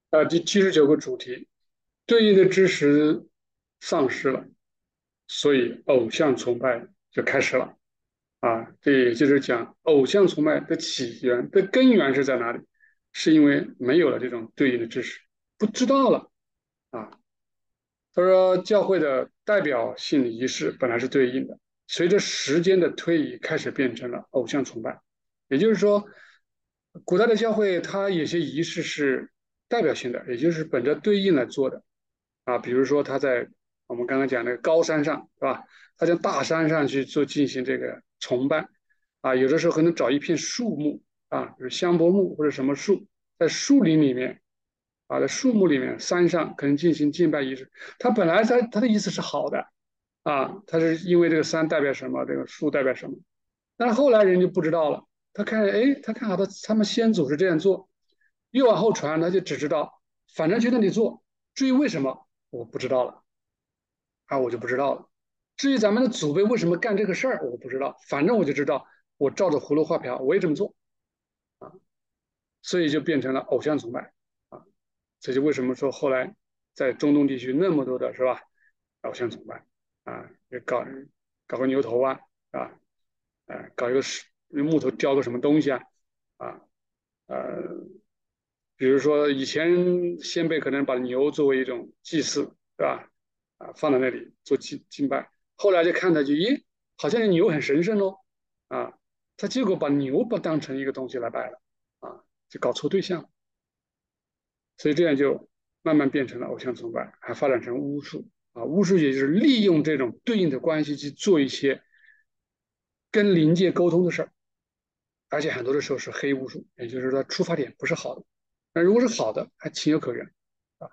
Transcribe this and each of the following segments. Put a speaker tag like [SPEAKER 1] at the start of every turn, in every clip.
[SPEAKER 1] 第79个主题，对应的知识丧失了，所以偶像崇拜就开始了。这也就是讲偶像崇拜的起源的根源是在哪里？是因为没有了这种对应的知识，不知道了啊。他说，教会的代表性仪式本来是对应的，随着时间的推移，开始变成了偶像崇拜。也就是说，古代的教会它有些仪式是代表性的，也就是本着对应来做的比如说他在我们刚刚讲那个高山上，是吧？他在大山上去做进行这个崇拜有的时候可能找一片树木比如香柏木或者什么树，在树林里面在树木里面山上可能进行敬拜仪式。他本来他的意思是好的他是因为这个山代表什么，这个树代表什么，但是后来人就不知道了。他看好他们先祖是这样做，越往后传，他就只知道反正去那里做，至于为什么我不知道了我就不知道了。至于咱们的祖辈为什么干这个事儿，我不知道，反正我就知道我照着葫芦画瓢，我也这么做啊，所以就变成了偶像崇拜啊。这就为什么说后来在中东地区那么多的是吧，偶像崇拜也搞个牛头啊，搞一个木头雕个什么东西啊，呃，比如说以前先辈可能把牛作为一种祭祀，对吧？放在那里做敬拜，后来就看着咦，好像牛很神圣哦，啊，他结果把牛当成一个东西来拜了，就搞错对象了，所以这样就慢慢变成了偶像崇拜，还发展成巫术巫术也就是利用这种对应的关系去做一些跟灵界沟通的事儿，而且很多的时候是黑巫术，也就是说出发点不是好的，那如果是好的，还情有可原啊。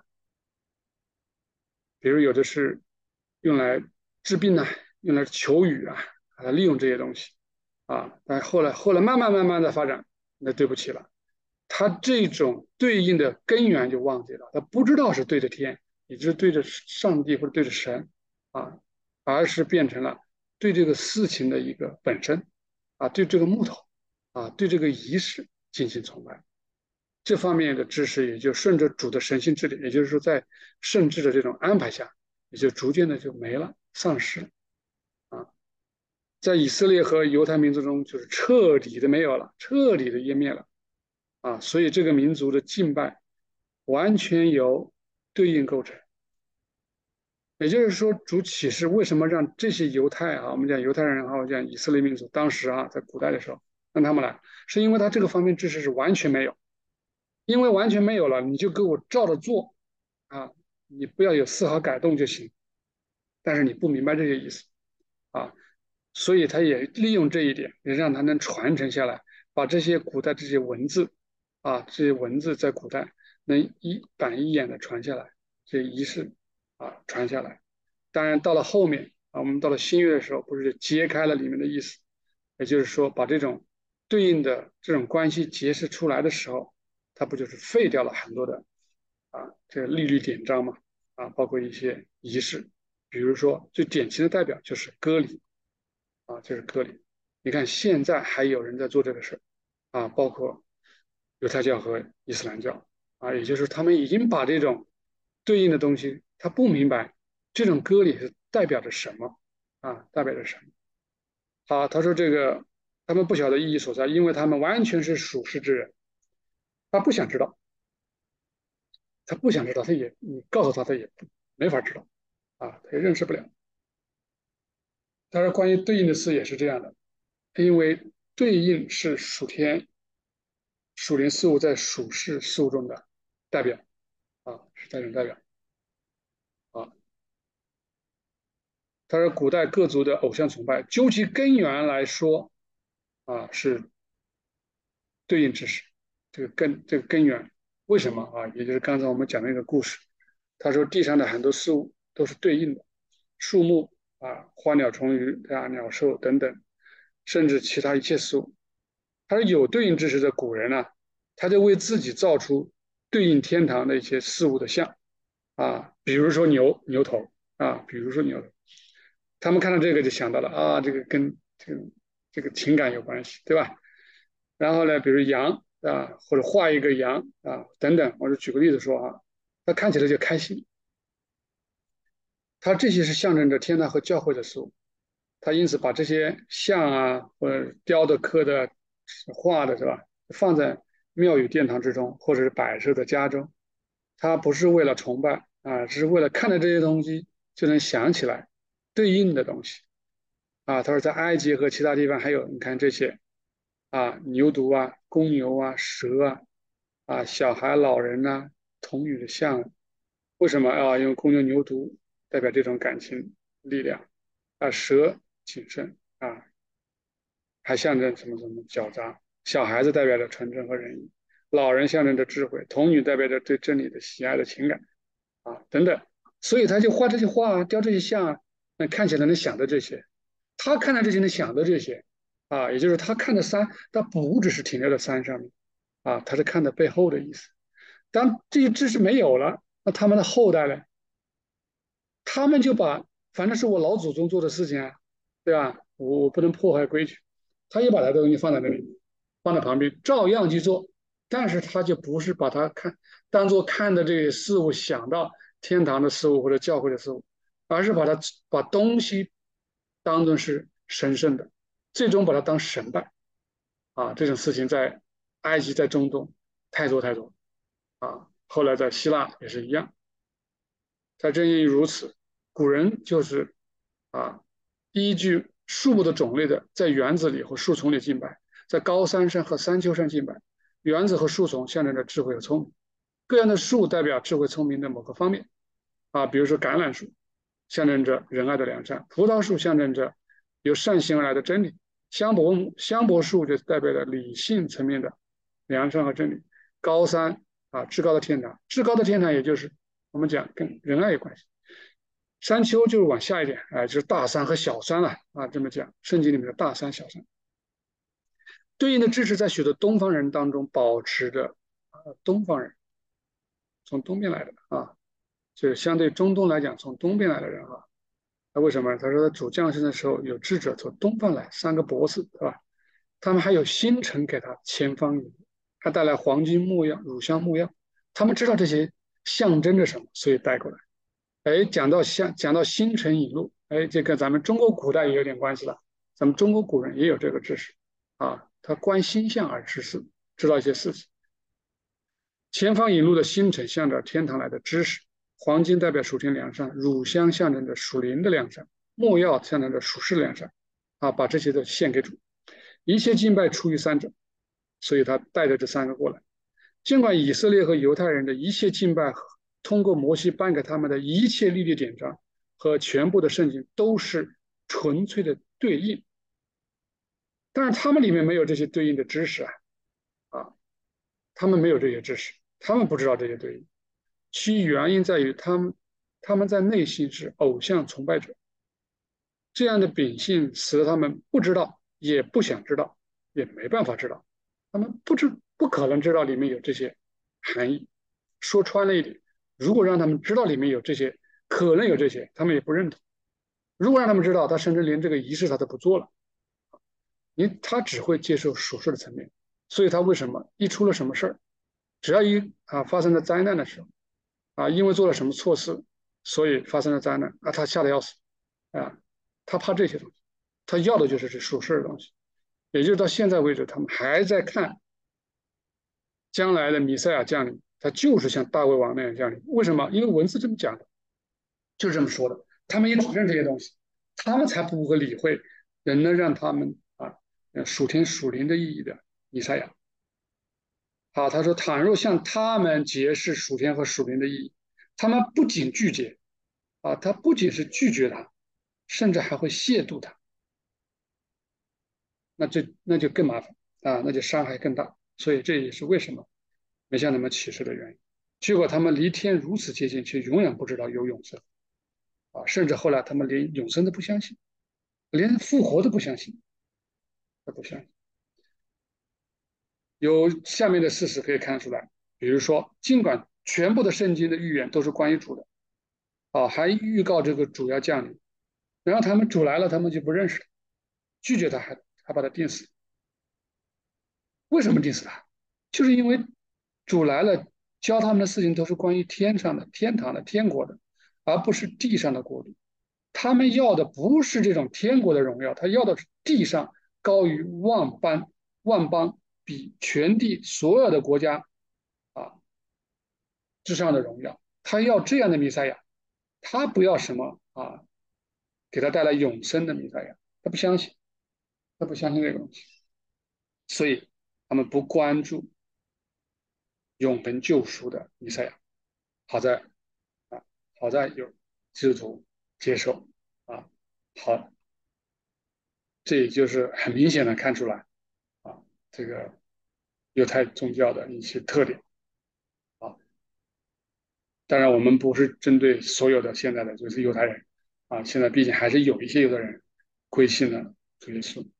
[SPEAKER 1] 比如有的是用来治病用来求雨利用这些东西但后来慢慢的发展，那对不起了，他这种对应的根源就忘记了，他不知道是对着天，也就是对着上帝或者对着神啊，而是变成了对这个事情的一个本身对这个木头对这个仪式进行崇拜。这方面的知识也就顺着主的神性治理，也就是说，在圣智的这种安排下，也就逐渐的就没了，丧失了啊。在以色列和犹太民族中，就是彻底的没有了，彻底的湮灭了所以这个民族的敬拜完全由对应构成。也就是说，主启示为什么让这些犹太我们讲犹太人讲以色列民族，当时在古代的时候让他们来，是因为他这个方面知识是完全没有。因为完全没有了，你就给我照着做啊，你不要有丝毫改动就行。但是你不明白这些意思啊，所以他也利用这一点，也让他能传承下来，把这些古代这些文字这些文字在古代能一板一眼的传下来，这些仪式传下来。当然到了后面我们到了新约的时候，不是揭开了里面的意思，也就是说把这种对应的这种关系揭示出来的时候，它不就是废掉了很多的这个律律典章嘛包括一些仪式，比如说最典型的代表就是割礼就是割礼。你看现在还有人在做这个事包括犹太教和伊斯兰教也就是他们已经把这种对应的东西，他不明白这种割礼是代表着什么代表着什么。他说这个他们不晓得意义所在，因为他们完全是属世之人，他不想知道，他不想知道，你告诉他，他也没法知道他也认识不了。当然，关于对应的事也是这样的，因为对应是属天、属灵事物在属世事物中的代表是代表啊。他说，古代各族的偶像崇拜，究其根源来说是对应知识，这个根源为什么也就是刚才我们讲的那个故事，他说地上的很多事物都是对应的，树木花鸟虫鱼鸟兽等等，甚至其他一切事物，他说有对应知识的古人他就为自己造出对应天堂的一些事物的像比如说牛头比如说牛头，他们看到这个就想到了这个跟这个情感有关系，对吧？然后呢，比如羊啊，或者画一个羊啊等等，我就举个例子说啊，他看起来就开心，他这些是象征着天堂和教会的事物，他因此把这些像啊或者雕的、刻的、画的是吧，放在庙宇殿堂之中，或者是摆设在家中，他不是为了崇拜啊，只是为了看着这些东西就能想起来对应的东西啊。他说在埃及和其他地方还有，你看这些啊，牛犊啊、公牛啊、蛇啊、小孩、老人呐、童女的像，为什么啊？因为公牛、牛犊代表这种感情力量啊，蛇谨慎啊，还象征什么什么狡诈。小孩子代表着纯真和仁义，老人象征着智慧，童女代表着对真理的喜爱的情感啊等等。所以他就画这些画啊，雕这些像啊，那看起来能想的这些，他看到这些能想的这些啊，也就是他看的山，他不只是停留在山上面啊，他是看的背后的意思。当这些知识没有了，那他们的后代呢？他们就把反正是我老祖宗做的事情啊，对吧？我不能破坏规矩，他也把他的东西放在那里，放在旁边，照样去做。但是他就不是把它当做看的这些事物想到天堂的事物或者教会的事物，而是把东西当做是神圣的，最终把它当神拜啊。这种事情在埃及、在中东太多太多啊，后来在希腊也是一样。才正因为如此，古人就是啊，依据树木的种类的，在园子里和树丛里敬拜，在高山上和山丘上敬拜。园子和树丛象征着智慧和聪明，各样的树代表智慧聪明的某个方面啊，比如说橄榄树象征着仁爱的良善，葡萄树象征着由善心而来的真理，香柏树就代表着理性层面的良善和真理。高山啊，至高的天堂，至高的天堂也就是我们讲跟仁爱有关系。山丘就是往下一点，就是大山和小山了这么讲，圣经里面的大山、小山，对应的知识在许多东方人当中保持着，东方人从东边来的就是相对中东来讲，从东边来的人那为什么？他说他主降生的时候有智者从东方来，三个博士，对吧？他们还有星辰给他前方引，还带来黄金、木药、乳香、木药，他们知道这些象征着什么，所以带过来。哎，讲到星辰引路，哎，这跟咱们中国古代也有点关系了。咱们中国古人也有这个知识他观星象而知事，知道一些事情。前方引路的星辰象征天堂来的知识，黄金代表属天良善，乳香象征着属灵的良善，没药象征着属世的良善把这些都献给主。一切敬拜出于三者，所以他带着这三个过来。尽管以色列和犹太人的一切敬拜，通过摩西颁给他们的一切律例典章和全部的圣经都是纯粹的对应，但是他们里面没有这些对应的知识啊，他们没有这些知识，他们不知道这些对应。其原因在于他们在内心是偶像崇拜者，这样的秉性使得他们不知道，也不想知道，也没办法知道，他们不可能知道里面有这些含义。说穿了一点，如果让他们知道里面有这些，可能有这些，他们也不认同。如果让他们知道，他甚至连这个仪式他都不做了，他只会接受属实的层面。所以他为什么一出了什么事儿，只要发生了灾难的时候因为做了什么错事，所以发生了灾难他吓得要死啊，他怕这些东西，他要的就是这属实的东西。也就是到现在为止，他们还在看将来的弥赛亚降临，他就是像大卫王那样降临。为什么？因为文字这么讲的，就是这么说的。他们也只认这些东西，他们才不会理会人能让他们属天属灵的意义的弥赛亚。好，他说，倘若向他们揭示属天和属灵的意义，他们不仅拒绝他不仅是拒绝他，甚至还会亵渎他，那就更麻烦那就伤害更大。所以这也是为什么没向他们启示的原因。结果他们离天如此接近，却永远不知道有永生甚至后来他们连永生都不相信，连复活都不相信，他不相信。有下面的事实可以看出来，比如说，尽管全部的圣经的预言都是关于主的还预告这个主要降临，然后他们主来了，他们就不认识他，拒绝他，还把他钉死。为什么钉死他？ 就是因为主来了，教他们的事情都是关于天上的、天堂的、天国的，而不是地上的国度。他们要的不是这种天国的荣耀，他要的是地上高于万邦，比全地所有的国家啊之上的荣耀。他要这样的弥赛亚，他不要什么给他带来永生的弥赛亚，他不相信，他不相信这个东西，所以他们不关注永恒救赎的弥赛亚。好在啊，好在有基督徒接受啊，好，这也就是很明显的看出来啊，这个犹太宗教的一些特点啊。当然，我们不是针对所有的现在的就是犹太人啊，现在毕竟还是有一些犹太人归信了主耶稣。